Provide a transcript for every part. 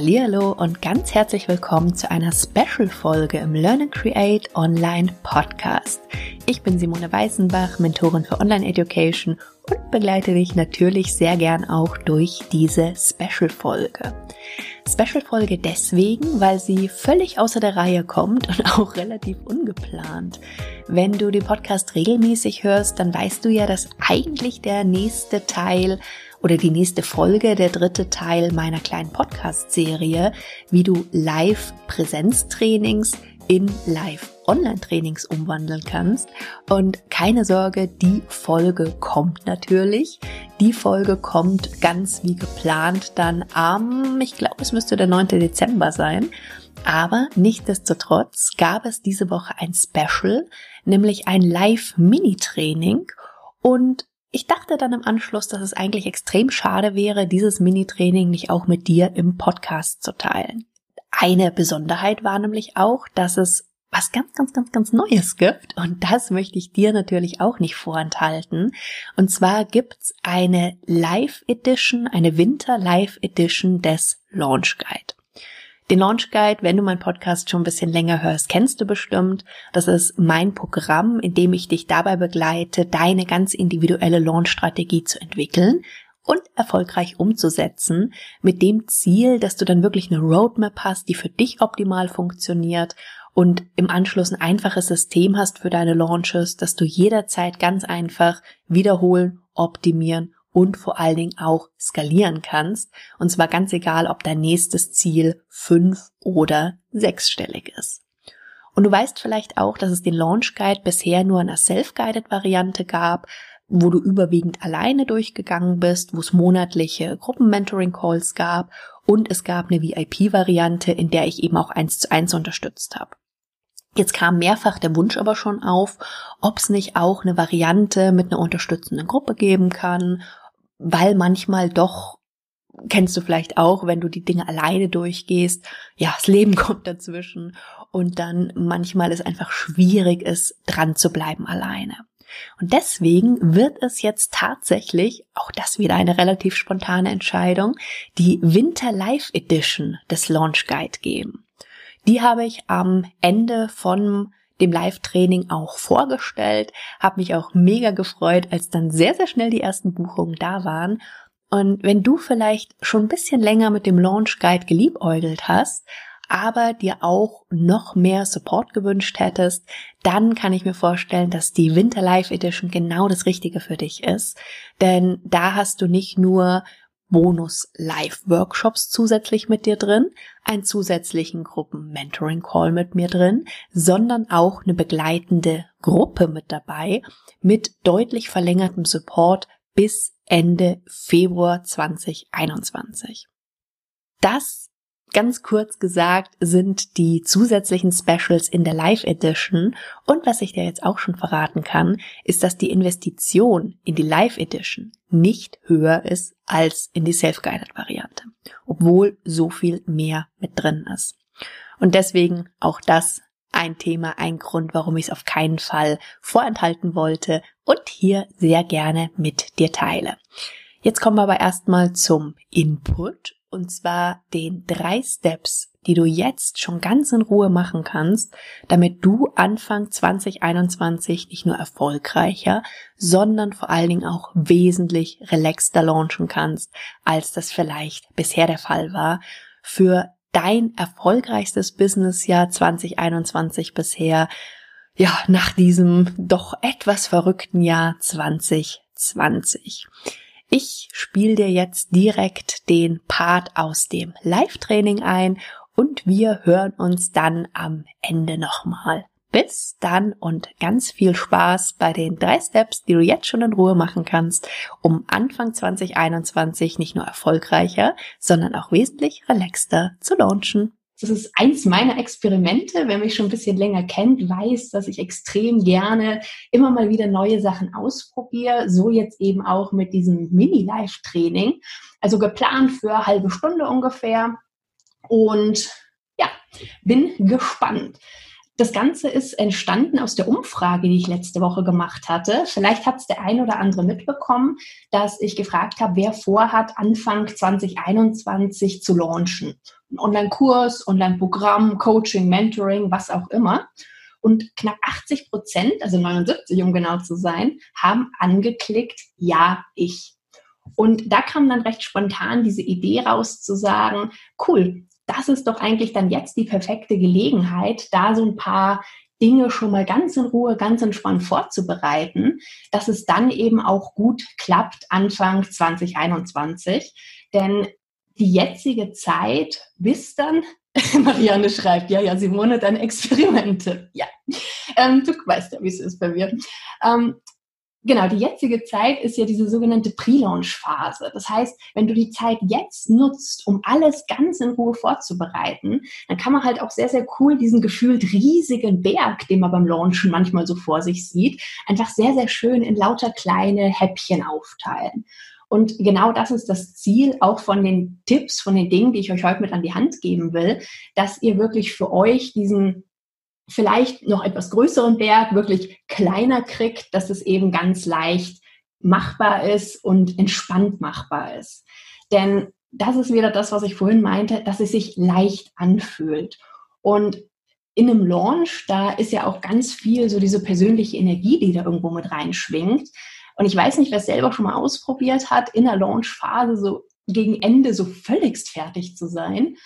Hallihallo und ganz herzlich willkommen zu einer Special-Folge im Learn and Create Online Podcast. Ich bin Simone Weißenbach, Mentorin für Online Education und begleite dich natürlich sehr gern auch durch diese Special-Folge. Special-Folge deswegen, weil sie völlig außer der Reihe kommt und auch relativ ungeplant. Wenn du den Podcast regelmäßig hörst, dann weißt du ja, dass eigentlich der nächste Teil oder die nächste Folge, der dritte Teil meiner kleinen Podcast-Serie, wie du Live-Präsenztrainings in Live-Online-Trainings umwandeln kannst. Und keine Sorge, die Folge kommt natürlich. Die Folge kommt ganz wie geplant dann am, ich glaube, es müsste der 9. Dezember sein. Aber nichtsdestotrotz gab es diese Woche ein Special, nämlich ein Live-Mini-Training. Und ich dachte dann im Anschluss, dass es eigentlich extrem schade wäre, dieses Mini-Training nicht auch mit dir im Podcast zu teilen. Eine Besonderheit war nämlich auch, dass es was ganz Neues gibt und das möchte ich dir natürlich auch nicht vorenthalten. Und zwar gibt's eine Live-Edition, eine Winter-Live-Edition des Launch Guide. Den Launch Guide, wenn du meinen Podcast schon ein bisschen länger hörst, kennst du bestimmt. Das ist mein Programm, in dem ich dich dabei begleite, deine ganz individuelle Launch-Strategie zu entwickeln und erfolgreich umzusetzen, mit dem Ziel, dass du dann wirklich eine Roadmap hast, die für dich optimal funktioniert und im Anschluss ein einfaches System hast für deine Launches, dass du jederzeit ganz einfach wiederholen, optimieren und vor allen Dingen auch skalieren kannst. Und zwar ganz egal, ob dein nächstes Ziel 5- oder 6-stellig ist. Und du weißt vielleicht auch, dass es den Launch Guide bisher nur in einer Self-Guided-Variante gab, wo du überwiegend alleine durchgegangen bist, wo es monatliche Gruppen-Mentoring-Calls gab und es gab eine VIP-Variante, in der ich eben auch 1:1 unterstützt habe. Jetzt kam mehrfach der Wunsch aber schon auf, ob es nicht auch eine Variante mit einer unterstützenden Gruppe geben kann, weil manchmal doch, kennst du vielleicht auch, wenn du die Dinge alleine durchgehst, ja, das Leben kommt dazwischen und dann manchmal es einfach schwierig ist, dran zu bleiben alleine. Und deswegen wird es jetzt tatsächlich, auch das wieder eine relativ spontane Entscheidung, die Winter Live Edition des Launch Guide geben. Die habe ich am Ende von dem Live-Training auch vorgestellt, habe mich auch mega gefreut, als dann sehr schnell die ersten Buchungen da waren. Und wenn du vielleicht schon ein bisschen länger mit dem Launch Guide geliebäugelt hast, aber dir auch noch mehr Support gewünscht hättest, dann kann ich mir vorstellen, dass die Winter Live Edition genau das Richtige für dich ist. Denn da hast du nicht nur Bonus-Live-Workshops zusätzlich mit dir drin, einen zusätzlichen Gruppen-Mentoring-Call mit mir drin, sondern auch eine begleitende Gruppe mit dabei mit deutlich verlängertem Support bis Ende Februar 2021. Das, ganz kurz gesagt, sind die zusätzlichen Specials in der Live Edition und was ich dir jetzt auch schon verraten kann, ist, dass die Investition in die Live Edition nicht höher ist als in die Self-Guided Variante, obwohl so viel mehr mit drin ist. Und deswegen auch das ein Thema, ein Grund, warum ich es auf keinen Fall vorenthalten wollte und hier sehr gerne mit dir teile. Jetzt kommen wir aber erstmal zum Input. Und zwar den 3 Steps, die du jetzt schon ganz in Ruhe machen kannst, damit du Anfang 2021 nicht nur erfolgreicher, sondern vor allen Dingen auch wesentlich relaxter launchen kannst, als das vielleicht bisher der Fall war, für dein erfolgreichstes Businessjahr 2021 bisher, ja, nach diesem doch etwas verrückten Jahr 2020. Ich spiele dir jetzt direkt den Part aus dem Live-Training ein und wir hören uns dann am Ende nochmal. Bis dann und ganz viel Spaß bei den 3 Steps, die du jetzt schon in Ruhe machen kannst, um Anfang 2021 nicht nur erfolgreicher, sondern auch wesentlich relaxter zu launchen. Das ist eins meiner Experimente. Wer mich schon ein bisschen länger kennt, weiß, dass ich extrem gerne immer mal wieder neue Sachen ausprobiere. So jetzt eben auch mit diesem Mini-Live-Training. Also geplant für eine halbe Stunde ungefähr. Und ja, bin gespannt. Das Ganze ist entstanden aus der Umfrage, die ich letzte Woche gemacht hatte. Vielleicht hat es der ein oder andere mitbekommen, dass ich gefragt habe, wer vorhat, Anfang 2021 zu launchen. Ein Online-Kurs, Online-Programm, Coaching, Mentoring, was auch immer. Und knapp 80%, also 79 um genau zu sein, haben angeklickt, ja, ich. Und da kam dann recht spontan diese Idee raus zu sagen, cool, das ist doch eigentlich dann jetzt die perfekte Gelegenheit, da so ein paar Dinge schon mal ganz in Ruhe, ganz entspannt vorzubereiten, dass es dann eben auch gut klappt Anfang 2021. Denn die jetzige Zeit bis dann, Marianne schreibt, ja, Simone, deine Experimente. Ja, du weißt ja, wie es ist bei mir. Genau, die jetzige Zeit ist ja diese sogenannte Pre-Launch-Phase. Das heißt, wenn du die Zeit jetzt nutzt, um alles ganz in Ruhe vorzubereiten, dann kann man halt auch sehr, sehr cool diesen gefühlt riesigen Berg, den man beim Launchen manchmal so vor sich sieht, einfach sehr, sehr schön in lauter kleine Häppchen aufteilen. Und genau das ist das Ziel auch von den Tipps, von den Dingen, die ich euch heute mit an die Hand geben will, dass ihr wirklich für euch diesen vielleicht noch etwas größeren Berg wirklich kleiner kriegt, dass es eben ganz leicht machbar ist und entspannt machbar ist. Denn das ist wieder das, was ich vorhin meinte, dass es sich leicht anfühlt. Und in einem Launch, da ist ja auch ganz viel so diese persönliche Energie, die da irgendwo mit reinschwingt. Und ich weiß nicht, wer es selber schon mal ausprobiert hat, in der Launch-Phase so gegen Ende so völligst fertig zu sein.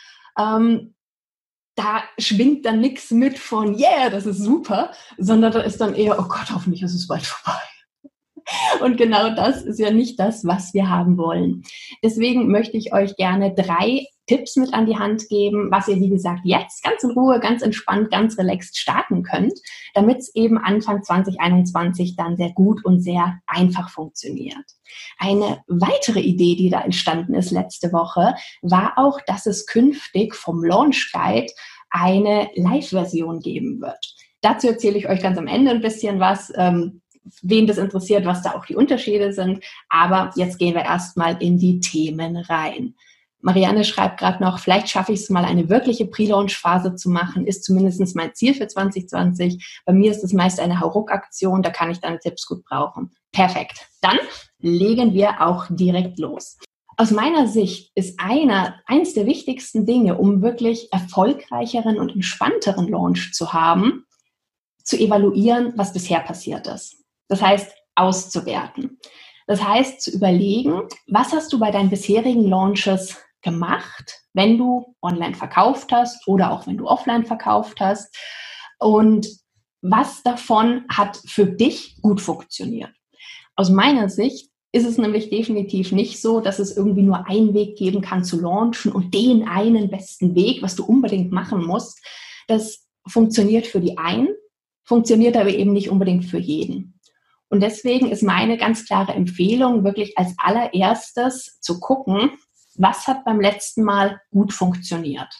Da schwingt dann nichts mit von, yeah, das ist super, sondern da ist dann eher, oh Gott, hoffentlich ist es bald vorbei. Und genau das ist ja nicht das, was wir haben wollen. Deswegen möchte ich euch gerne 3 Tipps mit an die Hand geben, was ihr, wie gesagt, jetzt ganz in Ruhe, ganz entspannt, ganz relaxed starten könnt, damit es eben Anfang 2021 dann sehr gut und sehr einfach funktioniert. Eine weitere Idee, die da entstanden ist letzte Woche, war auch, dass es künftig vom Launch Guide eine Live-Version geben wird. Dazu erzähle ich euch ganz am Ende ein bisschen was, wen das interessiert, was da auch die Unterschiede sind. Aber jetzt gehen wir erstmal in die Themen rein. Marianne schreibt gerade noch, vielleicht schaffe ich es mal, eine wirkliche Pre-Launch-Phase zu machen, ist zumindest mein Ziel für 2020. Bei mir ist es meist eine Hauruck-Aktion, da kann ich deine Tipps gut brauchen. Perfekt. Dann legen wir auch direkt los. Aus meiner Sicht ist eins der wichtigsten Dinge, um wirklich erfolgreicheren und entspannteren Launch zu haben, zu evaluieren, was bisher passiert ist. Das heißt, auszuwerten. Das heißt, zu überlegen, was hast du bei deinen bisherigen Launches gemacht, wenn du online verkauft hast oder auch wenn du offline verkauft hast und was davon hat für dich gut funktioniert. Aus meiner Sicht ist es nämlich definitiv nicht so, dass es irgendwie nur einen Weg geben kann zu launchen und den einen besten Weg, was du unbedingt machen musst. Das funktioniert für die einen, funktioniert aber eben nicht unbedingt für jeden. Und deswegen ist meine ganz klare Empfehlung, wirklich als allererstes zu gucken, was hat beim letzten Mal gut funktioniert?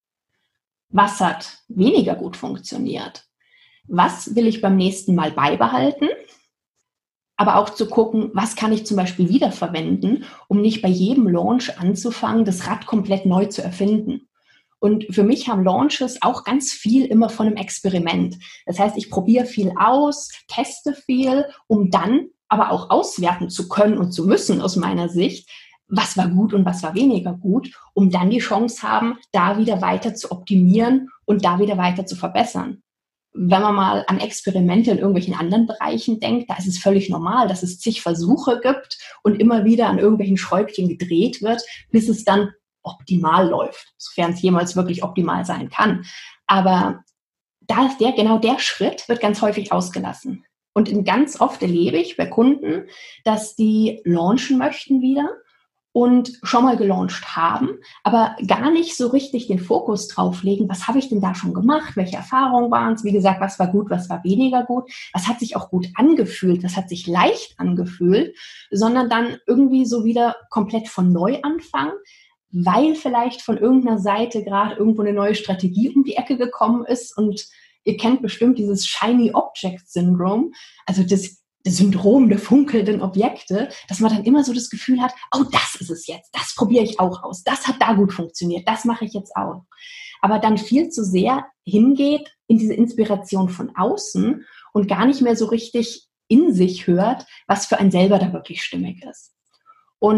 Was hat weniger gut funktioniert? Was will ich beim nächsten Mal beibehalten? Aber auch zu gucken, was kann ich zum Beispiel wiederverwenden, um nicht bei jedem Launch anzufangen, das Rad komplett neu zu erfinden. Und für mich haben Launches auch ganz viel immer von einem Experiment. Das heißt, ich probiere viel aus, teste viel, um dann aber auch auswerten zu können und zu müssen aus meiner Sicht, was war gut und was war weniger gut, um dann die Chance haben, da wieder weiter zu optimieren und da wieder weiter zu verbessern. Wenn man mal an Experimente in irgendwelchen anderen Bereichen denkt, da ist es völlig normal, dass es zig Versuche gibt und immer wieder an irgendwelchen Schräubchen gedreht wird, bis es dann optimal läuft, sofern es jemals wirklich optimal sein kann. Aber genau der Schritt wird ganz häufig ausgelassen. Und ganz oft erlebe ich bei Kunden, dass die launchen möchten wieder und schon mal gelauncht haben, aber gar nicht so richtig den Fokus drauf legen, was habe ich denn da schon gemacht, welche Erfahrungen waren es, wie gesagt, was war gut, was war weniger gut, was hat sich auch gut angefühlt, was hat sich leicht angefühlt, sondern dann irgendwie so wieder komplett von neu anfangen, weil vielleicht von irgendeiner Seite gerade irgendwo eine neue Strategie um die Ecke gekommen ist und ihr kennt bestimmt dieses Shiny Object Syndrome, also das Syndrom der funkelnden Objekte, dass man dann immer so das Gefühl hat, oh, das ist es jetzt, das probiere ich auch aus, das hat da gut funktioniert, das mache ich jetzt auch. Aber dann viel zu sehr hingeht in diese Inspiration von außen und gar nicht mehr so richtig in sich hört, was für einen selber da wirklich stimmig ist. Und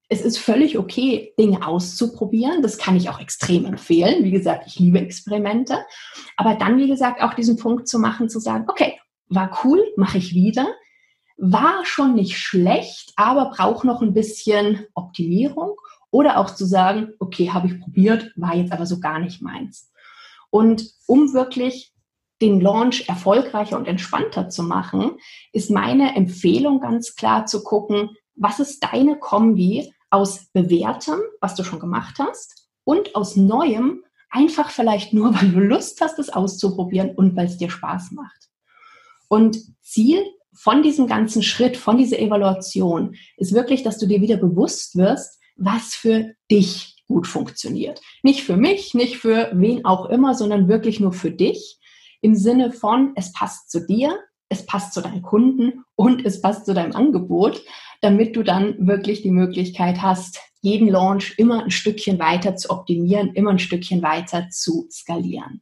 Es ist völlig okay, Dinge auszuprobieren. Das kann ich auch extrem empfehlen. Wie gesagt, ich liebe Experimente. Aber dann, wie gesagt, auch diesen Punkt zu machen, zu sagen, okay, war cool, mache ich wieder. War schon nicht schlecht, aber braucht noch ein bisschen Optimierung. Oder auch zu sagen, okay, habe ich probiert, war jetzt aber so gar nicht meins. Und um wirklich den Launch erfolgreicher und entspannter zu machen, ist meine Empfehlung ganz klar zu gucken, was ist deine Kombi aus Bewährtem, was du schon gemacht hast, und aus Neuem, einfach vielleicht nur, weil du Lust hast, es auszuprobieren und weil es dir Spaß macht. Und Ziel von diesem ganzen Schritt, von dieser Evaluation, ist wirklich, dass du dir wieder bewusst wirst, was für dich gut funktioniert. Nicht für mich, nicht für wen auch immer, sondern wirklich nur für dich. Im Sinne von, es passt zu dir, es passt zu deinen Kunden und es passt zu deinem Angebot, damit du dann wirklich die Möglichkeit hast, jeden Launch immer ein Stückchen weiter zu optimieren, immer ein Stückchen weiter zu skalieren.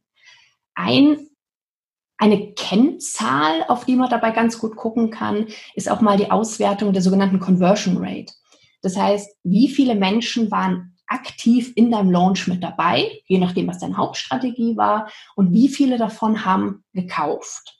Eine Kennzahl, auf die man dabei ganz gut gucken kann, ist auch mal die Auswertung der sogenannten Conversion Rate. Das heißt, wie viele Menschen waren aktiv in deinem Launch mit dabei, je nachdem, was deine Hauptstrategie war, und wie viele davon haben gekauft.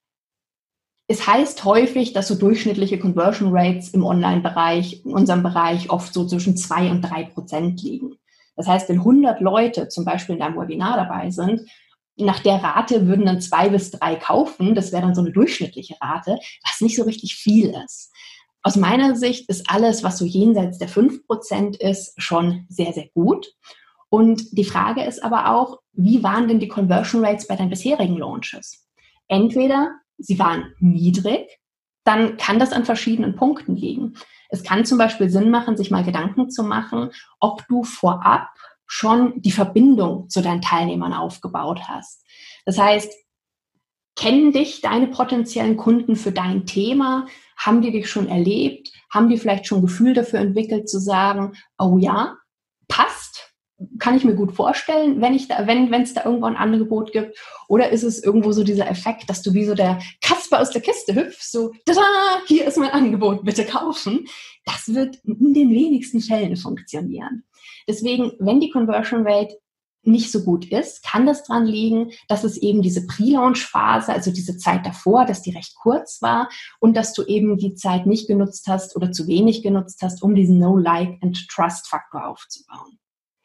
Es heißt häufig, dass so durchschnittliche Conversion Rates im Online-Bereich, in unserem Bereich, oft so zwischen 2 und 3% liegen. Das heißt, wenn 100 Leute zum Beispiel in deinem Webinar dabei sind, nach der Rate würden dann 2 bis 3 kaufen. Das wäre dann so eine durchschnittliche Rate, was nicht so richtig viel ist. Aus meiner Sicht ist alles, was so jenseits der 5% ist, schon sehr, sehr gut. Und die Frage ist aber auch, wie waren denn die Conversion Rates bei deinen bisherigen Launches? Entweder sie waren niedrig, dann kann das an verschiedenen Punkten liegen. Es kann zum Beispiel Sinn machen, sich mal Gedanken zu machen, ob du vorab schon die Verbindung zu deinen Teilnehmern aufgebaut hast. Das heißt, kennen dich deine potenziellen Kunden für dein Thema? Haben die dich schon erlebt? Haben die vielleicht schon ein Gefühl dafür entwickelt, zu sagen, oh ja, passt, kann ich mir gut vorstellen, wenn es da irgendwo ein Angebot gibt? Oder ist es irgendwo so dieser Effekt, dass du wie so der Kasper aus der Kiste hüpfst, so, tada, hier ist mein Angebot, bitte kaufen? Das wird in den wenigsten Fällen funktionieren. Deswegen, wenn die Conversion Rate nicht so gut ist, kann das daran liegen, dass es eben diese Pre-Launch-Phase, also diese Zeit davor, dass die recht kurz war und dass du eben die Zeit nicht genutzt hast oder zu wenig genutzt hast, um diesen Know-Like-and-Trust-Faktor aufzubauen.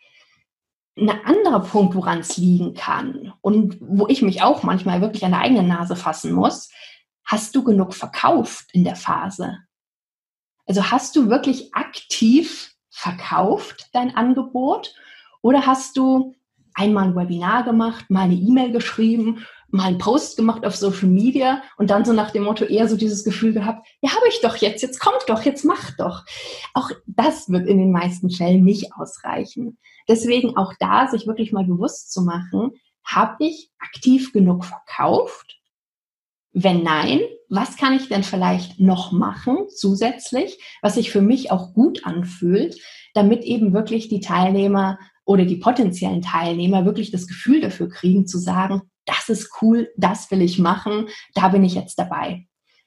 Ein anderer Punkt, woran es liegen kann und wo ich mich auch manchmal wirklich an der eigenen Nase fassen muss, hast du genug verkauft in der Phase? Also hast du wirklich aktiv verkauft dein Angebot oder hast du einmal ein Webinar gemacht, mal eine E-Mail geschrieben, mal einen Post gemacht auf Social Media und dann so nach dem Motto eher so dieses Gefühl gehabt, ja, habe ich doch jetzt kommt doch, jetzt mach doch. Auch das wird in den meisten Fällen nicht ausreichen. Deswegen auch da sich wirklich mal bewusst zu machen, habe ich aktiv genug verkauft? Wenn nein, was kann ich denn vielleicht noch machen zusätzlich, was sich für mich auch gut anfühlt, damit eben wirklich die Teilnehmer oder die potenziellen Teilnehmer wirklich das Gefühl dafür kriegen, zu sagen, das ist cool, das will ich machen, da bin ich jetzt dabei.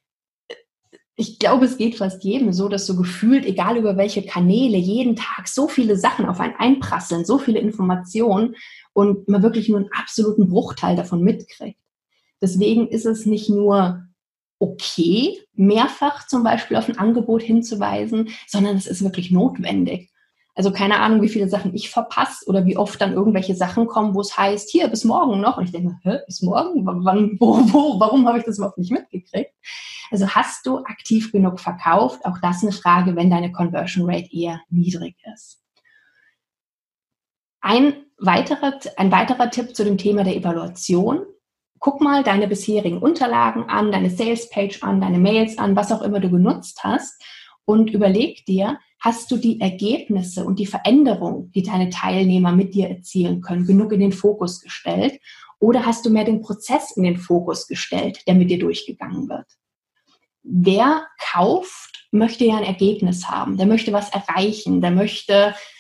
Ich glaube, es geht fast jedem so, dass so gefühlt, egal über welche Kanäle, jeden Tag so viele Sachen auf einen einprasseln, so viele Informationen und man wirklich nur einen absoluten Bruchteil davon mitkriegt. Deswegen ist es nicht nur okay, mehrfach zum Beispiel auf ein Angebot hinzuweisen, sondern es ist wirklich notwendig. Also keine Ahnung, wie viele Sachen ich verpasse oder wie oft dann irgendwelche Sachen kommen, wo es heißt, hier, bis morgen noch. Und ich denke, bis morgen? Wann, warum habe ich das überhaupt nicht mitgekriegt? Also hast du aktiv genug verkauft? Auch das eine Frage, wenn deine Conversion Rate eher niedrig ist. Ein weiterer Tipp zu dem Thema der Evaluation. Guck mal deine bisherigen Unterlagen an, deine Sales-Page an, deine Mails an, was auch immer du genutzt hast und überleg dir, hast du die Ergebnisse und die Veränderung, die deine Teilnehmer mit dir erzielen können, genug in den Fokus gestellt oder hast du mehr den Prozess in den Fokus gestellt, der mit dir durchgegangen wird? Wer kauft, möchte ja ein Ergebnis haben, der möchte was erreichen, der möchte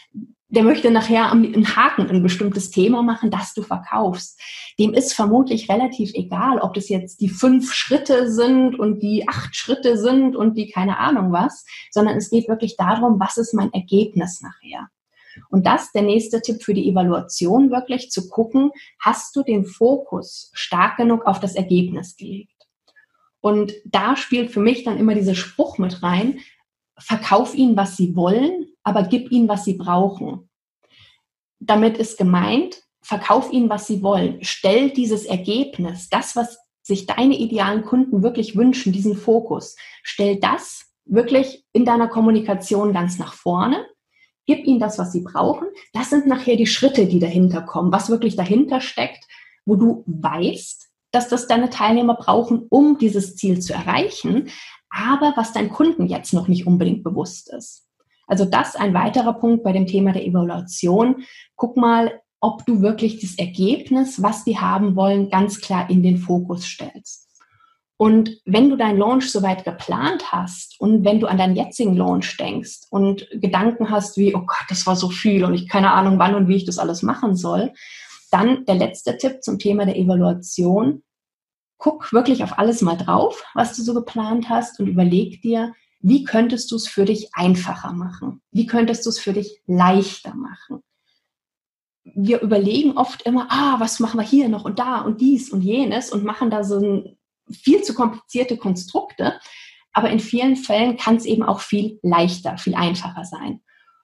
der möchte nachher einen Haken in ein bestimmtes Thema machen, das du verkaufst. Dem ist vermutlich relativ egal, ob das jetzt die 5 Schritte sind und die 8 Schritte sind und die keine Ahnung was, sondern es geht wirklich darum, was ist mein Ergebnis nachher. Und das, der nächste Tipp für die Evaluation, wirklich zu gucken, hast du den Fokus stark genug auf das Ergebnis gelegt? Und da spielt für mich dann immer dieser Spruch mit rein: Verkauf ihnen, was sie wollen, aber gib ihnen, was sie brauchen. Damit ist gemeint, verkauf ihnen, was sie wollen. Stell dieses Ergebnis, das, was sich deine idealen Kunden wirklich wünschen, diesen Fokus, stell das wirklich in deiner Kommunikation ganz nach vorne. Gib ihnen das, was sie brauchen. Das sind nachher die Schritte, die dahinter kommen, was wirklich dahinter steckt, wo du weißt, dass das deine Teilnehmer brauchen, um dieses Ziel zu erreichen, aber was deinen Kunden jetzt noch nicht unbedingt bewusst ist. Also das ein weiterer Punkt bei dem Thema der Evaluation. Guck mal, ob du wirklich das Ergebnis, was die haben wollen, ganz klar in den Fokus stellst. Und wenn du deinen Launch soweit geplant hast und wenn du an deinen jetzigen Launch denkst und Gedanken hast wie, oh Gott, das war so viel und ich keine Ahnung, wann und wie ich das alles machen soll, dann der letzte Tipp zum Thema der Evaluation: Guck wirklich auf alles mal drauf, was du so geplant hast, und überleg dir, wie könntest du es für dich einfacher machen? Wie könntest du es für dich leichter machen? Wir überlegen oft immer, was machen wir hier noch und da und dies und jenes und machen da so viel zu komplizierte Konstrukte. Aber in vielen Fällen kann es eben auch viel leichter, viel einfacher sein.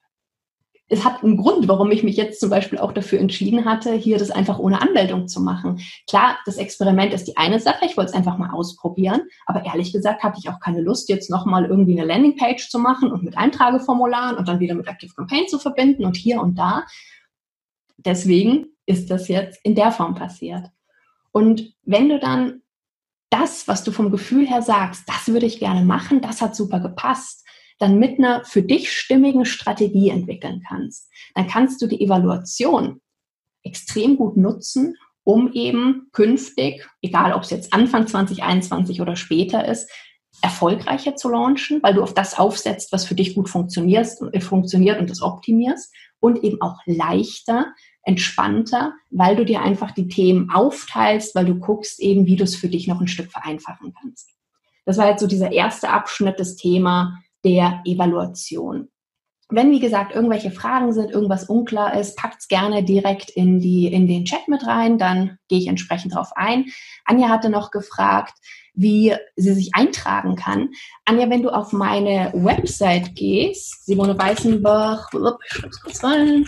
Es hat einen Grund, warum ich mich jetzt zum Beispiel auch dafür entschieden hatte, hier das einfach ohne Anmeldung zu machen. Klar, das Experiment ist die eine Sache, ich wollte es einfach mal ausprobieren, aber ehrlich gesagt hatte ich auch keine Lust, jetzt nochmal irgendwie eine Landingpage zu machen und mit Eintrageformularen und dann wieder mit ActiveCampaign zu verbinden und hier und da. Deswegen ist das jetzt in der Form passiert. Und wenn du dann das, was du vom Gefühl her sagst, das würde ich gerne machen, das hat super gepasst, dann mit einer für dich stimmigen Strategie entwickeln kannst, dann kannst du die Evaluation extrem gut nutzen, um eben künftig, egal ob es jetzt Anfang 2021 oder später ist, erfolgreicher zu launchen, weil du auf das aufsetzt, was für dich gut funktioniert und das optimierst, und eben auch leichter, entspannter, weil du dir einfach die Themen aufteilst, weil du guckst eben, wie du es für dich noch ein Stück vereinfachen kannst. Das war jetzt so dieser erste Abschnitt des Thema der Evaluation. Wenn, wie gesagt, irgendwelche Fragen sind, irgendwas unklar ist, packt's gerne direkt in den Chat mit rein, dann gehe ich entsprechend drauf ein. Anja hatte noch gefragt, wie sie sich eintragen kann. Anja, wenn du auf meine Website gehst, Simone Weißenbach, ich schreibe es kurz rein,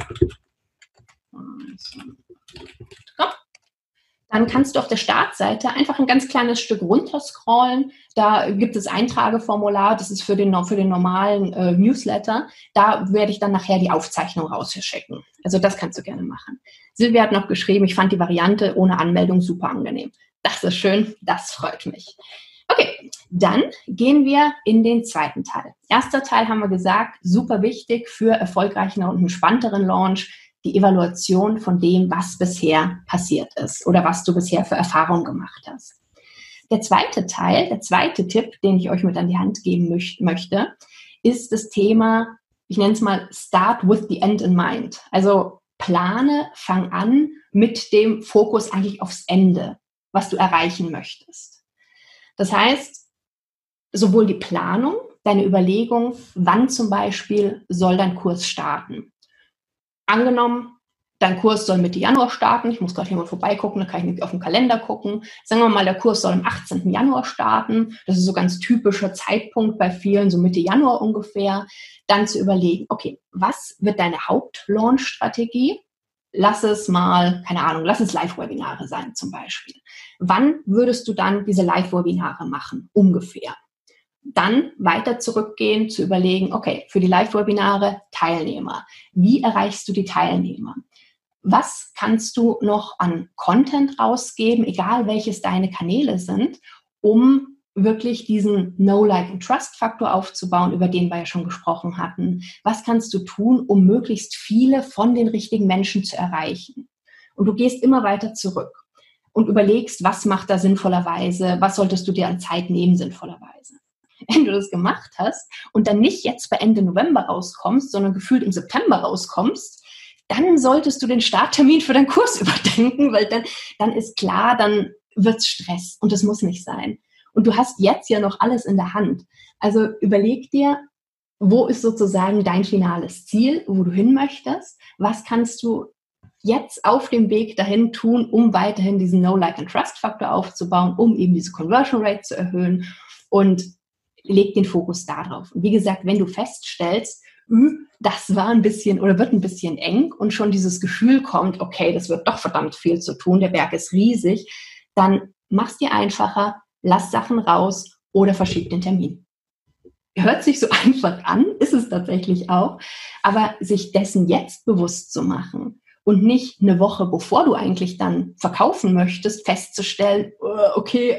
dann kannst du auf der Startseite einfach ein ganz kleines Stück runterscrollen. Da gibt es Eintrageformular, das ist für den normalen Newsletter. Da werde ich dann nachher die Aufzeichnung rausschicken. Also das kannst du gerne machen. Silvia hat noch geschrieben, ich fand die Variante ohne Anmeldung super angenehm. Das ist schön, das freut mich. Okay, dann gehen wir in den zweiten Teil. Erster Teil haben wir gesagt, super wichtig für erfolgreichen und einen spannteren Launch, die Evaluation von dem, was bisher passiert ist oder was du bisher für Erfahrungen gemacht hast. Der zweite Teil, der zweite Tipp, den ich euch mit an die Hand geben möchte, ist das Thema, ich nenne es mal Start with the End in Mind. Also fang an mit dem Fokus eigentlich aufs Ende, was du erreichen möchtest. Das heißt, sowohl die Planung, deine Überlegung, wann zum Beispiel soll dein Kurs starten. Angenommen, dein Kurs soll Mitte Januar starten. Ich muss gerade hier mal vorbeigucken, da kann ich nicht auf den Kalender gucken. Sagen wir mal, der Kurs soll am 18. Januar starten. Das ist so ganz typischer Zeitpunkt bei vielen, so Mitte Januar ungefähr. Dann zu überlegen, okay, was wird deine Haupt-Launch-Strategie? Lass es Live-Webinare sein zum Beispiel. Wann würdest du dann diese Live-Webinare machen? Ungefähr. Dann weiter zurückgehen, zu überlegen, okay, für die Live-Webinare Teilnehmer. Wie erreichst du die Teilnehmer? Was kannst du noch an Content rausgeben, egal welches deine Kanäle sind, um wirklich diesen Know, Like und Trust-Faktor aufzubauen, über den wir ja schon gesprochen hatten? Was kannst du tun, um möglichst viele von den richtigen Menschen zu erreichen? Und du gehst immer weiter zurück und überlegst, was macht da sinnvollerweise, was solltest du dir an Zeit nehmen sinnvollerweise. Wenn du das gemacht hast und dann nicht jetzt bei Ende November rauskommst, sondern gefühlt im September rauskommst, dann solltest du den Starttermin für deinen Kurs überdenken, weil dann ist klar, dann wird's Stress und das muss nicht sein. Und du hast jetzt ja noch alles in der Hand. Also überleg dir, wo ist sozusagen dein finales Ziel, wo du hin möchtest? Was kannst du jetzt auf dem Weg dahin tun, um weiterhin diesen Know-Like-and-Trust-Faktor aufzubauen, um eben diese Conversion Rate zu erhöhen, und leg den Fokus darauf. Und wie gesagt, wenn du feststellst, das war ein bisschen oder wird ein bisschen eng und schon dieses Gefühl kommt, okay, das wird doch verdammt viel zu tun, der Berg ist riesig, dann mach's dir einfacher, lass Sachen raus oder verschieb den Termin. Hört sich so einfach an, ist es tatsächlich auch, aber sich dessen jetzt bewusst zu machen und nicht eine Woche, bevor du eigentlich dann verkaufen möchtest, festzustellen, okay,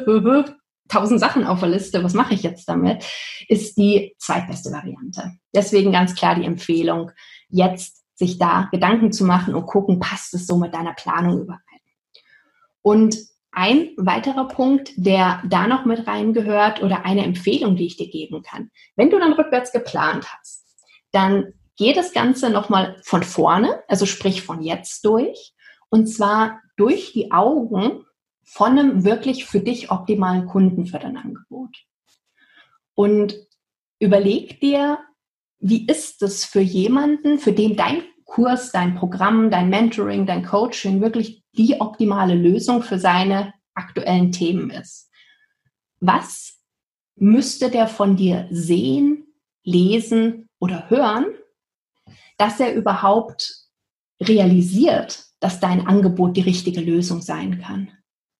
1000 Sachen auf der Liste, was mache ich jetzt damit, ist die zweitbeste Variante. Deswegen ganz klar die Empfehlung, jetzt sich da Gedanken zu machen und gucken, passt es so mit deiner Planung überein. Und ein weiterer Punkt, der da noch mit reingehört oder eine Empfehlung, die ich dir geben kann. Wenn du dann rückwärts geplant hast, dann geh das Ganze nochmal von vorne, also sprich von jetzt durch, und zwar durch die Augen von einem wirklich für dich optimalen Kunden für dein Angebot. Und überleg dir, wie ist es für jemanden, für den dein Kurs, dein Programm, dein Mentoring, dein Coaching wirklich die optimale Lösung für seine aktuellen Themen ist. Was müsste der von dir sehen, lesen oder hören, dass er überhaupt realisiert, dass dein Angebot die richtige Lösung sein kann?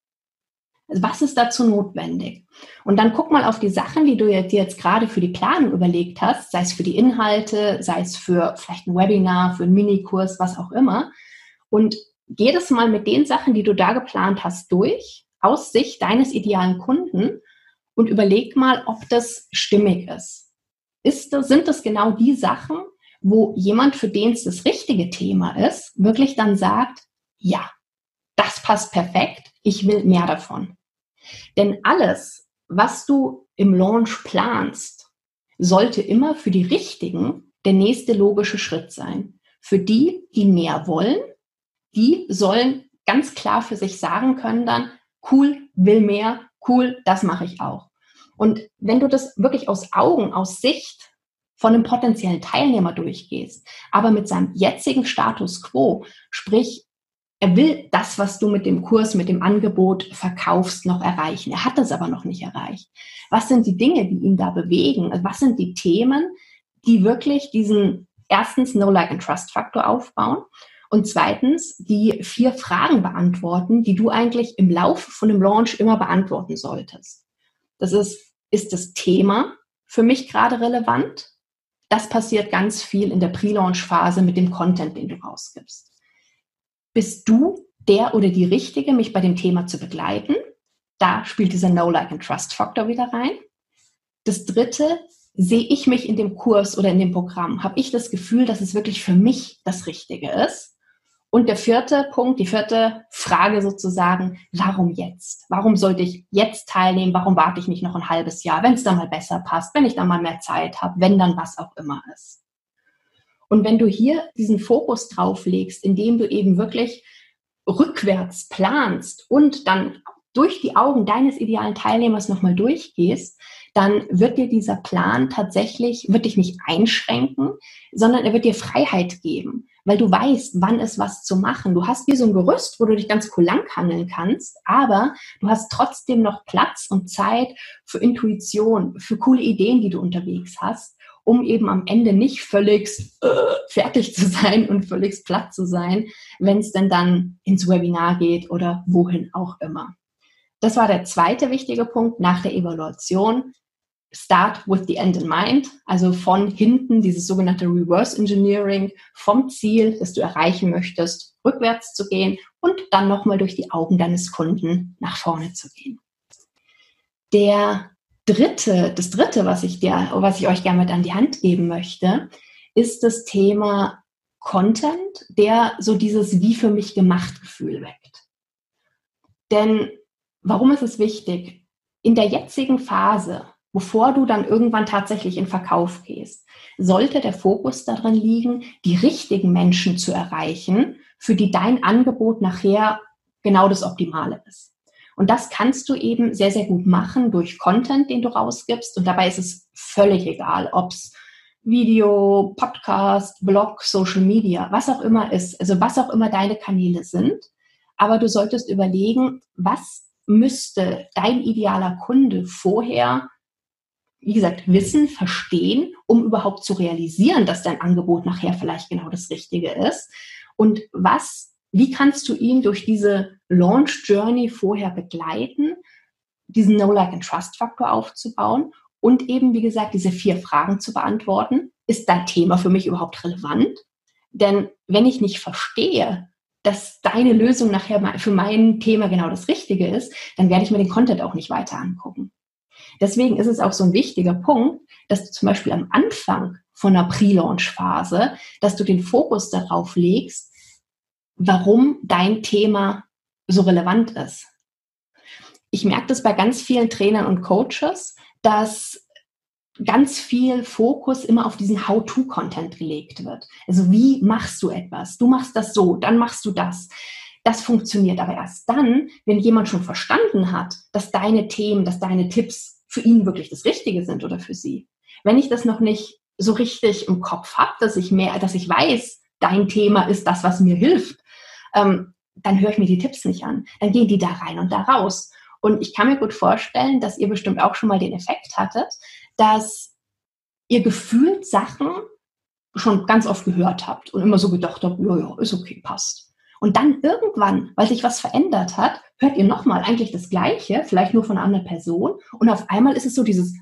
Also was ist dazu notwendig? Und dann guck mal auf die Sachen, die du dir jetzt gerade für die Planung überlegt hast, sei es für die Inhalte, sei es für vielleicht ein Webinar, für einen Minikurs, was auch immer. Und geh das mal mit den Sachen, die du da geplant hast, durch, aus Sicht deines idealen Kunden, und überleg mal, ob das stimmig ist. Sind das genau die Sachen, wo jemand, für den es das richtige Thema ist, wirklich dann sagt, ja, das passt perfekt, ich will mehr davon. Denn alles, was du im Launch planst, sollte immer für die Richtigen der nächste logische Schritt sein. Für die, die mehr wollen, die sollen ganz klar für sich sagen können dann, cool, will mehr, cool, das mache ich auch. Und wenn du das wirklich aus Augen, aus Sicht von einem potenziellen Teilnehmer durchgehst, aber mit seinem jetzigen Status quo, sprich, er will das, was du mit dem Kurs, mit dem Angebot verkaufst, noch erreichen. Er hat das aber noch nicht erreicht. Was sind die Dinge, die ihn da bewegen? Also was sind die Themen, die wirklich diesen erstens Know-Like-and-Trust-Faktor aufbauen und zweitens die 4 Fragen beantworten, die du eigentlich im Laufe von dem Launch immer beantworten solltest. Das ist das Thema für mich gerade relevant? Das passiert ganz viel in der Pre-Launch-Phase mit dem Content, den du rausgibst. Bist du der oder die Richtige, mich bei dem Thema zu begleiten? Da spielt dieser Know-Like-and-Trust-Faktor wieder rein. Das dritte, sehe ich mich in dem Kurs oder in dem Programm? Habe ich das Gefühl, dass es wirklich für mich das Richtige ist? Und der vierte Punkt, die vierte Frage sozusagen, warum jetzt? Warum sollte ich jetzt teilnehmen? Warum warte ich nicht noch ein halbes Jahr, wenn es dann mal besser passt, wenn ich dann mal mehr Zeit habe, wenn dann was auch immer ist? Und wenn du hier diesen Fokus drauf legst, indem du eben wirklich rückwärts planst und dann durch die Augen deines idealen Teilnehmers nochmal durchgehst, dann wird dir dieser Plan tatsächlich, wird dich nicht einschränken, sondern er wird dir Freiheit geben, weil du weißt, wann ist was zu machen. Du hast wie so ein Gerüst, wo du dich ganz cool lang handeln kannst, aber du hast trotzdem noch Platz und Zeit für Intuition, für coole Ideen, die du unterwegs hast, um eben am Ende nicht völlig fertig zu sein und völlig platt zu sein, wenn es denn dann ins Webinar geht oder wohin auch immer. Das war der zweite wichtige Punkt nach der Evaluation. Start with the end in mind, also von hinten dieses sogenannte Reverse Engineering vom Ziel, das du erreichen möchtest, rückwärts zu gehen und dann nochmal durch die Augen deines Kunden nach vorne zu gehen. Das dritte, was ich euch gerne mit an die Hand geben möchte, ist das Thema Content, der so dieses wie für mich gemacht Gefühl weckt. Denn warum ist es wichtig? In der jetzigen Phase bevor du dann irgendwann tatsächlich in Verkauf gehst, sollte der Fokus darin liegen, die richtigen Menschen zu erreichen, für die dein Angebot nachher genau das Optimale ist. Und das kannst du eben sehr, sehr gut machen durch Content, den du rausgibst. Und dabei ist es völlig egal, ob es Video, Podcast, Blog, Social Media, was auch immer ist, also was auch immer deine Kanäle sind. Aber du solltest überlegen, was müsste dein idealer Kunde vorher, wie gesagt, wissen, verstehen, um überhaupt zu realisieren, dass dein Angebot nachher vielleicht genau das Richtige ist. Und wie kannst du ihn durch diese Launch Journey vorher begleiten, diesen Know-Like-and-Trust-Faktor aufzubauen und eben, wie gesagt, diese 4 Fragen zu beantworten. Ist dein Thema für mich überhaupt relevant? Denn wenn ich nicht verstehe, dass deine Lösung nachher für mein Thema genau das Richtige ist, dann werde ich mir den Content auch nicht weiter angucken. Deswegen ist es auch so ein wichtiger Punkt, dass du zum Beispiel am Anfang von einer Pre-Launch-Phase, dass du den Fokus darauf legst, warum dein Thema so relevant ist. Ich merke das bei ganz vielen Trainern und Coaches, dass ganz viel Fokus immer auf diesen How-to-Content gelegt wird. Also wie machst du etwas? Du machst das so, dann machst du das. Das funktioniert aber erst dann, wenn jemand schon verstanden hat, dass deine Themen, dass deine Tipps für ihn wirklich das Richtige sind oder für sie. Wenn ich das noch nicht so richtig im Kopf habe, dass ich weiß, dein Thema ist das, was mir hilft, dann höre ich mir die Tipps nicht an. Dann gehen die da rein und da raus. Und ich kann mir gut vorstellen, dass ihr bestimmt auch schon mal den Effekt hattet, dass ihr gefühlt Sachen schon ganz oft gehört habt und immer so gedacht habt, ja, ist okay, passt. Und dann irgendwann, weil sich was verändert hat, hört ihr nochmal eigentlich das Gleiche, vielleicht nur von einer anderen Person. Und auf einmal ist es so dieses,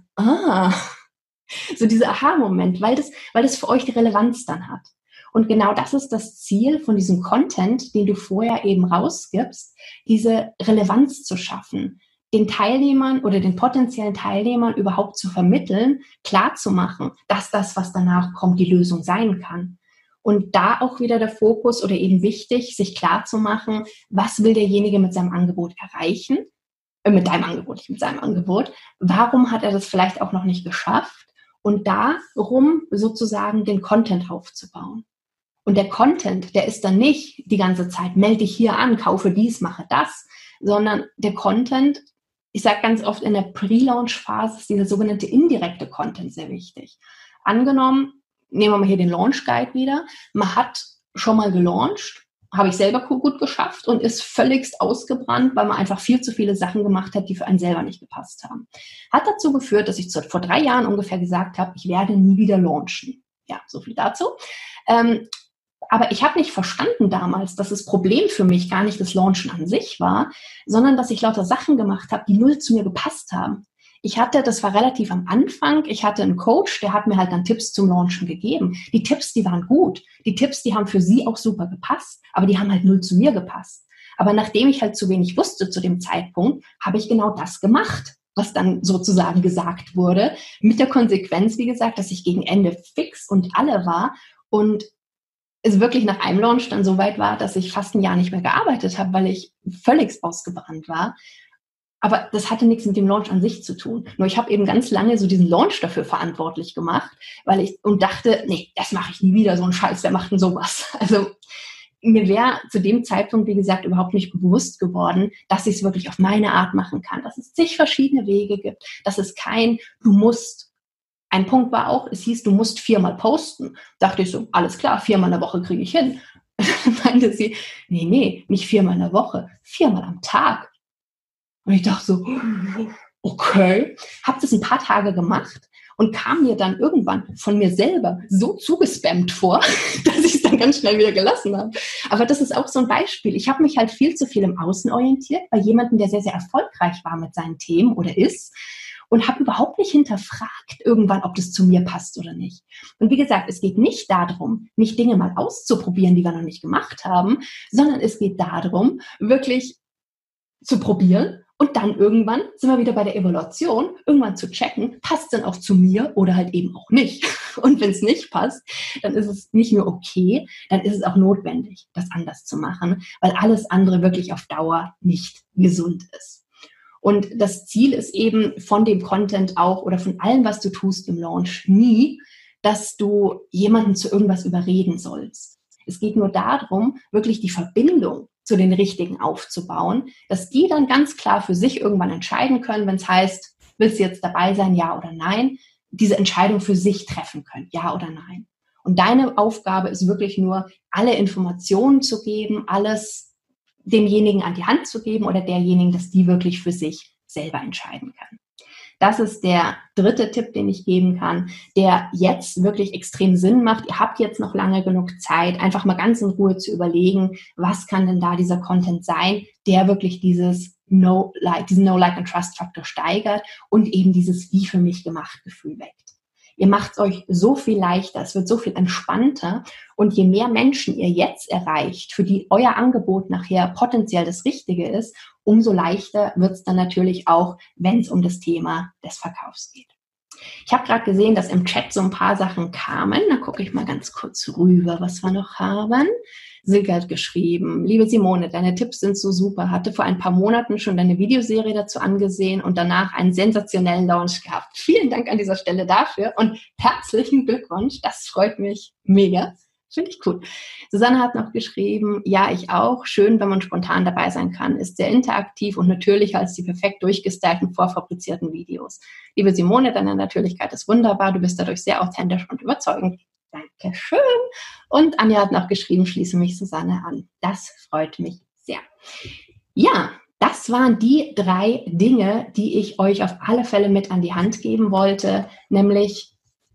so dieser Aha-Moment, weil das für euch die Relevanz dann hat. Und genau das ist das Ziel von diesem Content, den du vorher eben rausgibst, diese Relevanz zu schaffen, den Teilnehmern oder den potenziellen Teilnehmern überhaupt zu vermitteln, klarzumachen, dass das, was danach kommt, die Lösung sein kann. Und da auch wieder der Fokus oder eben wichtig, sich klarzumachen, was will derjenige mit seinem Angebot erreichen, mit deinem Angebot, nicht mit seinem Angebot, warum hat er das vielleicht auch noch nicht geschafft und darum sozusagen den Content aufzubauen. Und der Content, der ist dann nicht die ganze Zeit, melde dich hier an, kaufe dies, mache das, sondern der Content, ich sage ganz oft in der Pre-Launch-Phase ist dieser sogenannte indirekte Content sehr wichtig. Angenommen, nehmen wir mal hier den Launch Guide wieder, man hat schon mal gelauncht, habe ich selber gut geschafft und ist völligst ausgebrannt, weil man einfach viel zu viele Sachen gemacht hat, die für einen selber nicht gepasst haben. Hat dazu geführt, dass ich vor 3 Jahren ungefähr gesagt habe, ich werde nie wieder launchen. Ja, so viel dazu. Aber ich habe nicht verstanden damals, dass das Problem für mich gar nicht das Launchen an sich war, sondern dass ich lauter Sachen gemacht habe, die null zu mir gepasst haben. Das war relativ am Anfang, ich hatte einen Coach, der hat mir halt dann Tipps zum Launchen gegeben. Die Tipps, die waren gut. Die Tipps, die haben für sie auch super gepasst, aber die haben halt null zu mir gepasst. Aber nachdem ich halt zu wenig wusste zu dem Zeitpunkt, habe ich genau das gemacht, was dann sozusagen gesagt wurde, mit der Konsequenz, wie gesagt, dass ich gegen Ende fix und alle war und es wirklich nach einem Launch dann so weit war, dass ich fast ein Jahr nicht mehr gearbeitet habe, weil ich völlig ausgebrannt war. Aber das hatte nichts mit dem Launch an sich zu tun. Nur ich habe eben ganz lange so diesen Launch dafür verantwortlich gemacht, und dachte, nee, das mache ich nie wieder, so ein Scheiß, wer macht denn sowas? Also mir wäre zu dem Zeitpunkt, wie gesagt, überhaupt nicht bewusst geworden, dass ich es wirklich auf meine Art machen kann, dass es zig verschiedene Wege gibt, dass es du musst. Ein Punkt war auch, es hieß, du musst 4-mal posten. Dachte ich so, alles klar, 4-mal in der Woche kriege ich hin. Meinte sie, nee, nicht 4-mal in der Woche, 4-mal am Tag. Und ich dachte so, okay, habe das ein paar Tage gemacht und kam mir dann irgendwann von mir selber so zugespammt vor, dass ich es dann ganz schnell wieder gelassen habe. Aber das ist auch so ein Beispiel. Ich habe mich halt viel zu viel im Außen orientiert, bei jemandem, der sehr, sehr erfolgreich war mit seinen Themen oder ist, und habe überhaupt nicht hinterfragt irgendwann, ob das zu mir passt oder nicht. Und wie gesagt, es geht nicht darum, nicht Dinge mal auszuprobieren, die wir noch nicht gemacht haben, sondern es geht darum, wirklich zu probieren und dann irgendwann sind wir wieder bei der Evaluation, irgendwann zu checken, passt denn auch zu mir oder halt eben auch nicht. Und wenn es nicht passt, dann ist es nicht nur okay, dann ist es auch notwendig, das anders zu machen, weil alles andere wirklich auf Dauer nicht gesund ist. Und das Ziel ist eben von dem Content auch oder von allem, was du tust im Launch, nie, dass du jemanden zu irgendwas überreden sollst. Es geht nur darum, wirklich die Verbindung zu den Richtigen aufzubauen, dass die dann ganz klar für sich irgendwann entscheiden können, wenn es heißt, willst du jetzt dabei sein, ja oder nein, diese Entscheidung für sich treffen können, ja oder nein. Und deine Aufgabe ist wirklich nur, alle Informationen zu geben, alles demjenigen an die Hand zu geben oder derjenigen, dass die wirklich für sich selber entscheiden kann. Das ist der dritte Tipp, den ich geben kann, der jetzt wirklich extrem Sinn macht. Ihr habt jetzt noch lange genug Zeit, einfach mal ganz in Ruhe zu überlegen, was kann denn da dieser Content sein, der wirklich diesen No-Like-and-Trust-Faktor steigert und eben dieses wie für mich gemacht Gefühl weckt. Ihr macht es euch so viel leichter, es wird so viel entspannter und je mehr Menschen ihr jetzt erreicht, für die euer Angebot nachher potenziell das Richtige ist, umso leichter wird es dann natürlich auch, wenn es um das Thema des Verkaufs geht. Ich habe gerade gesehen, dass im Chat so ein paar Sachen kamen. Da gucke ich mal ganz kurz rüber, was wir noch haben. Silke hat geschrieben, liebe Simone, deine Tipps sind so super. Hatte vor ein paar Monaten schon deine Videoserie dazu angesehen und danach einen sensationellen Launch gehabt. Vielen Dank an dieser Stelle dafür und herzlichen Glückwunsch. Das freut mich mega. Finde ich cool. Susanne hat noch geschrieben, ja, ich auch. Schön, wenn man spontan dabei sein kann. Ist sehr interaktiv und natürlicher als die perfekt durchgestylten, vorfabrizierten Videos. Liebe Simone, deine Natürlichkeit ist wunderbar. Du bist dadurch sehr authentisch und überzeugend. Dankeschön. Und Anja hat noch geschrieben, schließe mich Susanne an. Das freut mich sehr. Ja, das waren die 3 Dinge, die ich euch auf alle Fälle mit an die Hand geben wollte, nämlich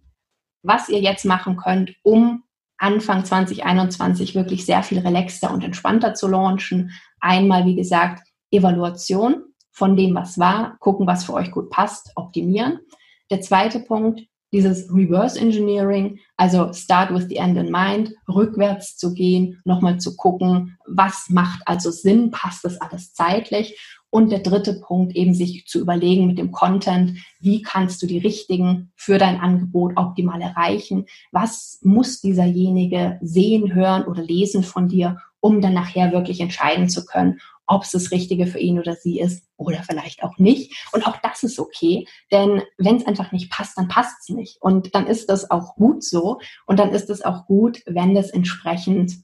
was ihr jetzt machen könnt, um Anfang 2021 wirklich sehr viel relaxter und entspannter zu launchen. Einmal, wie gesagt, Evaluation von dem, was war, gucken, was für euch gut passt, optimieren. Der zweite Punkt, dieses Reverse Engineering, also start with the end in mind, rückwärts zu gehen, nochmal zu gucken, was macht also Sinn, passt das alles zeitlich? Und der dritte Punkt, eben sich zu überlegen mit dem Content, wie kannst du die Richtigen für dein Angebot optimal erreichen? Was muss dieserjenige sehen, hören oder lesen von dir, um dann nachher wirklich entscheiden zu können, ob es das Richtige für ihn oder sie ist oder vielleicht auch nicht. Und auch das ist okay, denn wenn es einfach nicht passt, dann passt es nicht. Und dann ist das auch gut so. Und dann ist es auch gut, wenn das entsprechend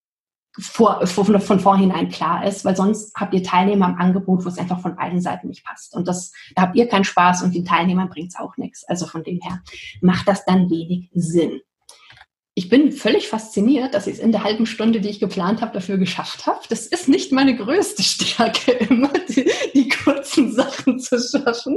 von vornherein klar ist, weil sonst habt ihr Teilnehmer am Angebot, wo es einfach von beiden Seiten nicht passt. Und da habt ihr keinen Spaß und den Teilnehmern bringt es auch nichts. Also von dem her macht das dann wenig Sinn. Ich bin völlig fasziniert, dass ich es in der halben Stunde, die ich geplant habe, dafür geschafft habe. Das ist nicht meine größte Stärke, immer die kurzen Sachen zu schaffen.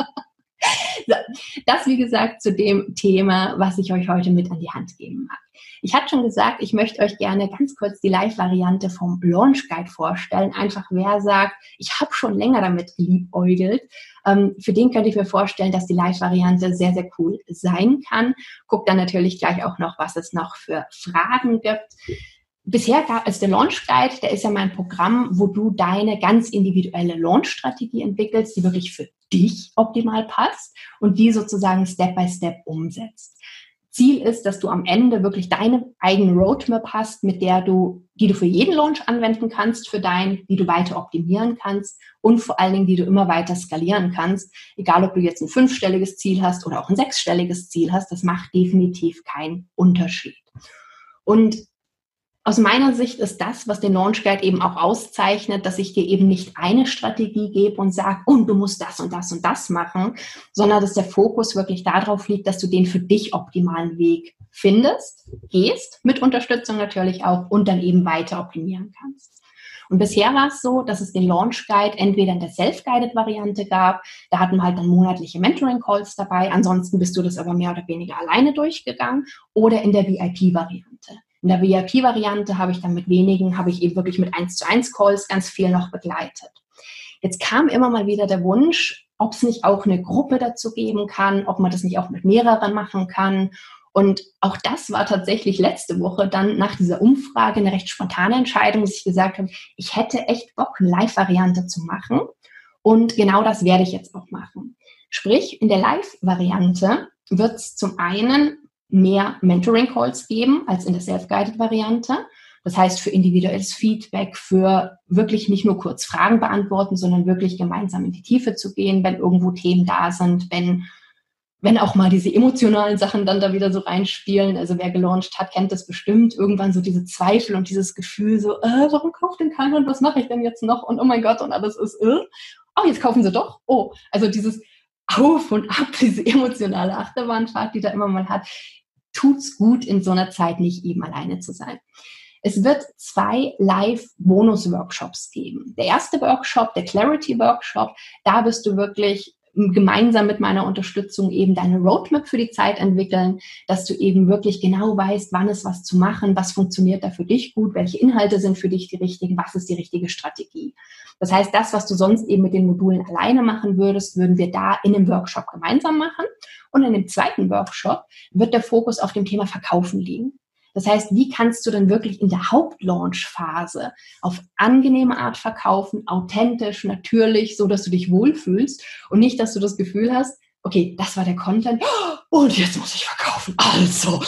Das, wie gesagt, zu dem Thema, was ich euch heute mit an die Hand geben mag. Ich hatte schon gesagt, ich möchte euch gerne ganz kurz die Live-Variante vom Launch Guide vorstellen. Einfach wer sagt, ich habe schon länger damit geliebäugelt. Für den könnte ich mir vorstellen, dass die Live-Variante sehr, sehr cool sein kann. Guckt dann natürlich gleich auch noch, was es noch für Fragen gibt. Bisher gab es den Launch Guide, der ist ja mein Programm, wo du deine ganz individuelle Launch-Strategie entwickelst, die wirklich für dich optimal passt und die sozusagen Step by Step umsetzt. Ziel ist, dass du am Ende wirklich deine eigene Roadmap hast, die du für jeden Launch anwenden kannst, die du weiter optimieren kannst und vor allen Dingen, die du immer weiter skalieren kannst. Egal, ob du jetzt ein 5-stelliges Ziel hast oder auch ein 6-stelliges Ziel hast, das macht definitiv keinen Unterschied. Und aus meiner Sicht ist das, was den Launch Guide eben auch auszeichnet, dass ich dir eben nicht eine Strategie gebe und sage, und du musst das und das und das machen, sondern dass der Fokus wirklich darauf liegt, dass du den für dich optimalen Weg findest, gehst, mit Unterstützung natürlich auch und dann eben weiter optimieren kannst. Und bisher war es so, dass es den Launch Guide entweder in der Self-Guided-Variante gab, da hatten wir halt dann monatliche Mentoring-Calls dabei, ansonsten bist du das aber mehr oder weniger alleine durchgegangen, oder in der VIP-Variante. In der VIP-Variante habe ich eben wirklich mit 1:1 Calls ganz viel noch begleitet. Jetzt kam immer mal wieder der Wunsch, ob es nicht auch eine Gruppe dazu geben kann, ob man das nicht auch mit mehreren machen kann. Und auch das war tatsächlich letzte Woche dann nach dieser Umfrage eine recht spontane Entscheidung, dass ich gesagt habe, ich hätte echt Bock, eine Live-Variante zu machen. Und genau das werde ich jetzt auch machen. Sprich, in der Live-Variante wird es zum einen mehr Mentoring-Calls geben als in der Self-Guided-Variante. Das heißt, für individuelles Feedback, für wirklich nicht nur kurz Fragen beantworten, sondern wirklich gemeinsam in die Tiefe zu gehen, wenn irgendwo Themen da sind, wenn auch mal diese emotionalen Sachen dann da wieder so reinspielen. Also wer gelauncht hat, kennt das bestimmt. Irgendwann so diese Zweifel und dieses Gefühl so, warum kauft denn keiner und was mache ich denn jetzt noch? Und oh mein Gott, und alles ist, oh, jetzt kaufen sie doch. Oh, also dieses Auf und Ab, diese emotionale Achterbahnfahrt, die da immer mal hat, tut's gut, in so einer Zeit nicht eben alleine zu sein. Es wird 2 Live-Bonus-Workshops geben. Der erste Workshop, der Clarity-Workshop, da wirst du wirklich gemeinsam mit meiner Unterstützung eben deine Roadmap für die Zeit entwickeln, dass du eben wirklich genau weißt, wann ist was zu machen, was funktioniert da für dich gut, welche Inhalte sind für dich die richtigen, was ist die richtige Strategie. Das heißt, das, was du sonst eben mit den Modulen alleine machen würdest, würden wir da in einem Workshop gemeinsam machen. Und in dem zweiten Workshop wird der Fokus auf dem Thema Verkaufen liegen. Das heißt, wie kannst du dann wirklich in der Hauptlaunch-Phase auf angenehme Art verkaufen, authentisch, natürlich, so dass du dich wohlfühlst und nicht, dass du das Gefühl hast, okay, das war der Content und jetzt muss ich verkaufen. Also,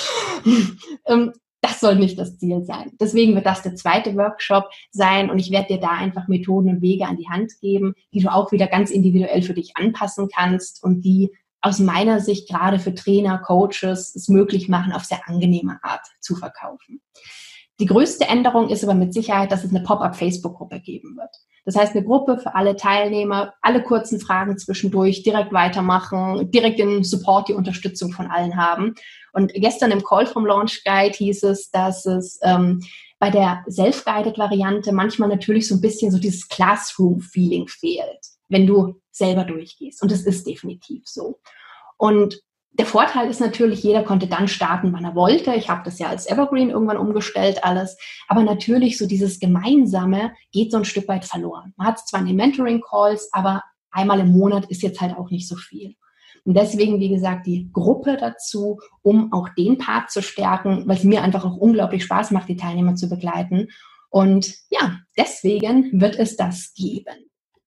das soll nicht das Ziel sein. Deswegen wird das der zweite Workshop sein und ich werde dir da einfach Methoden und Wege an die Hand geben, die du auch wieder ganz individuell für dich anpassen kannst und die aus meiner Sicht gerade für Trainer, Coaches es möglich machen, auf sehr angenehme Art zu verkaufen. Die größte Änderung ist aber mit Sicherheit, dass es eine Pop-up-Facebook-Gruppe geben wird. Das heißt, eine Gruppe für alle Teilnehmer, alle kurzen Fragen zwischendurch, direkt weitermachen, direkt den Support, die Unterstützung von allen haben. Und gestern im Call vom Launch Guide hieß es, dass es bei der Self-Guided-Variante manchmal natürlich so ein bisschen so dieses Classroom-Feeling fehlt, wenn du selber durchgehst. Und das ist definitiv so. Und der Vorteil ist natürlich, jeder konnte dann starten, wann er wollte. Ich habe das ja als Evergreen irgendwann umgestellt alles. Aber natürlich so dieses Gemeinsame geht so ein Stück weit verloren. Man hat es zwar in den Mentoring-Calls, aber einmal im Monat ist jetzt halt auch nicht so viel. Und deswegen, wie gesagt, die Gruppe dazu, um auch den Part zu stärken, weil es mir einfach auch unglaublich Spaß macht, die Teilnehmer zu begleiten. Und ja, deswegen wird es das geben.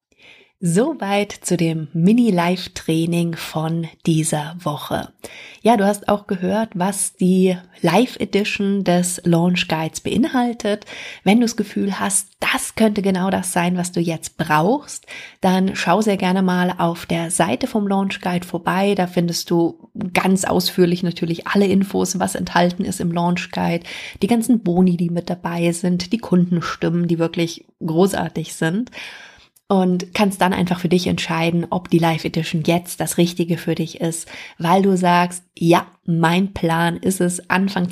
Soweit zu dem Mini-Live-Training von dieser Woche. Ja, du hast auch gehört, was die Live-Edition des Launch Guides beinhaltet. Wenn du das Gefühl hast, das könnte genau das sein, was du jetzt brauchst, dann schau sehr gerne mal auf der Seite vom Launch Guide vorbei. Da findest du ganz ausführlich natürlich alle Infos, was enthalten ist im Launch Guide, die ganzen Boni, die mit dabei sind, die Kundenstimmen, die wirklich großartig sind. Und kannst dann einfach für dich entscheiden, ob die Live Edition jetzt das Richtige für dich ist, weil du sagst, ja, mein Plan ist es, Anfang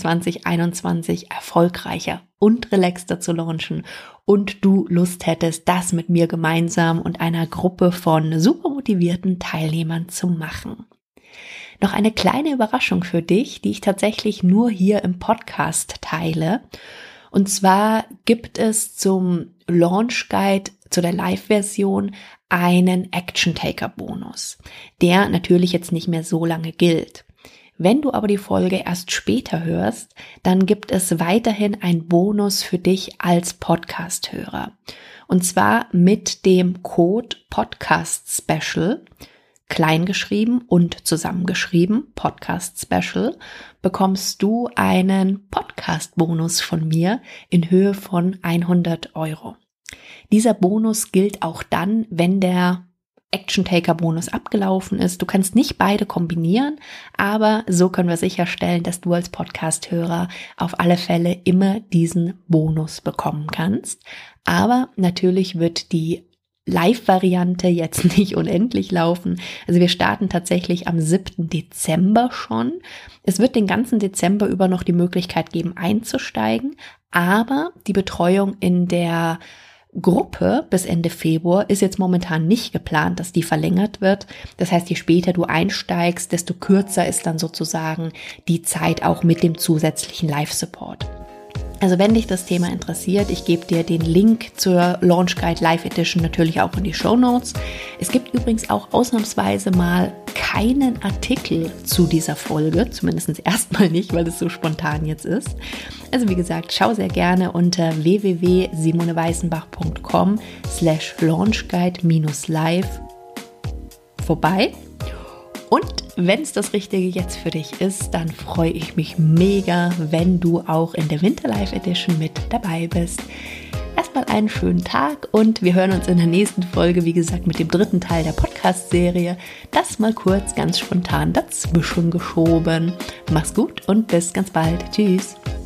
2021 erfolgreicher und relaxter zu launchen und du Lust hättest, das mit mir gemeinsam und einer Gruppe von super motivierten Teilnehmern zu machen. Noch eine kleine Überraschung für dich, die ich tatsächlich nur hier im Podcast teile. Und zwar gibt es zum Launch Guide, zu der Live-Version, einen Action-Taker-Bonus, der natürlich jetzt nicht mehr so lange gilt. Wenn du aber die Folge erst später hörst, dann gibt es weiterhin einen Bonus für dich als Podcast-Hörer. Und zwar mit dem Code Podcast Special, kleingeschrieben und zusammengeschrieben, Podcast Special, bekommst du einen Podcast-Bonus von mir in Höhe von 100 €. Dieser Bonus gilt auch dann, wenn der Action-Taker-Bonus abgelaufen ist. Du kannst nicht beide kombinieren, aber so können wir sicherstellen, dass du als Podcast-Hörer auf alle Fälle immer diesen Bonus bekommen kannst. Aber natürlich wird die Live-Variante jetzt nicht unendlich laufen. Also wir starten tatsächlich am 7. Dezember schon. Es wird den ganzen Dezember über noch die Möglichkeit geben, einzusteigen, aber die Betreuung in der Gruppe bis Ende Februar ist jetzt momentan nicht geplant, dass die verlängert wird. Das heißt, je später du einsteigst, desto kürzer ist dann sozusagen die Zeit auch mit dem zusätzlichen Live-Support. Also wenn dich das Thema interessiert, ich gebe dir den Link zur Launch Guide Live Edition natürlich auch in die Shownotes. Es gibt übrigens auch ausnahmsweise mal keinen Artikel zu dieser Folge, zumindest erstmal nicht, weil es so spontan jetzt ist. Also wie gesagt, schau sehr gerne unter www.simoneweißenbach.com/launchguide-live vorbei. Und Wenn es das Richtige jetzt für dich ist, dann freue ich mich mega, wenn du auch in der Winter Live Edition mit dabei bist. Erstmal einen schönen Tag und wir hören uns in der nächsten Folge, wie gesagt, mit dem 3. Teil der Podcast-Serie. Das mal kurz ganz spontan dazwischen geschoben. Mach's gut und bis ganz bald. Tschüss.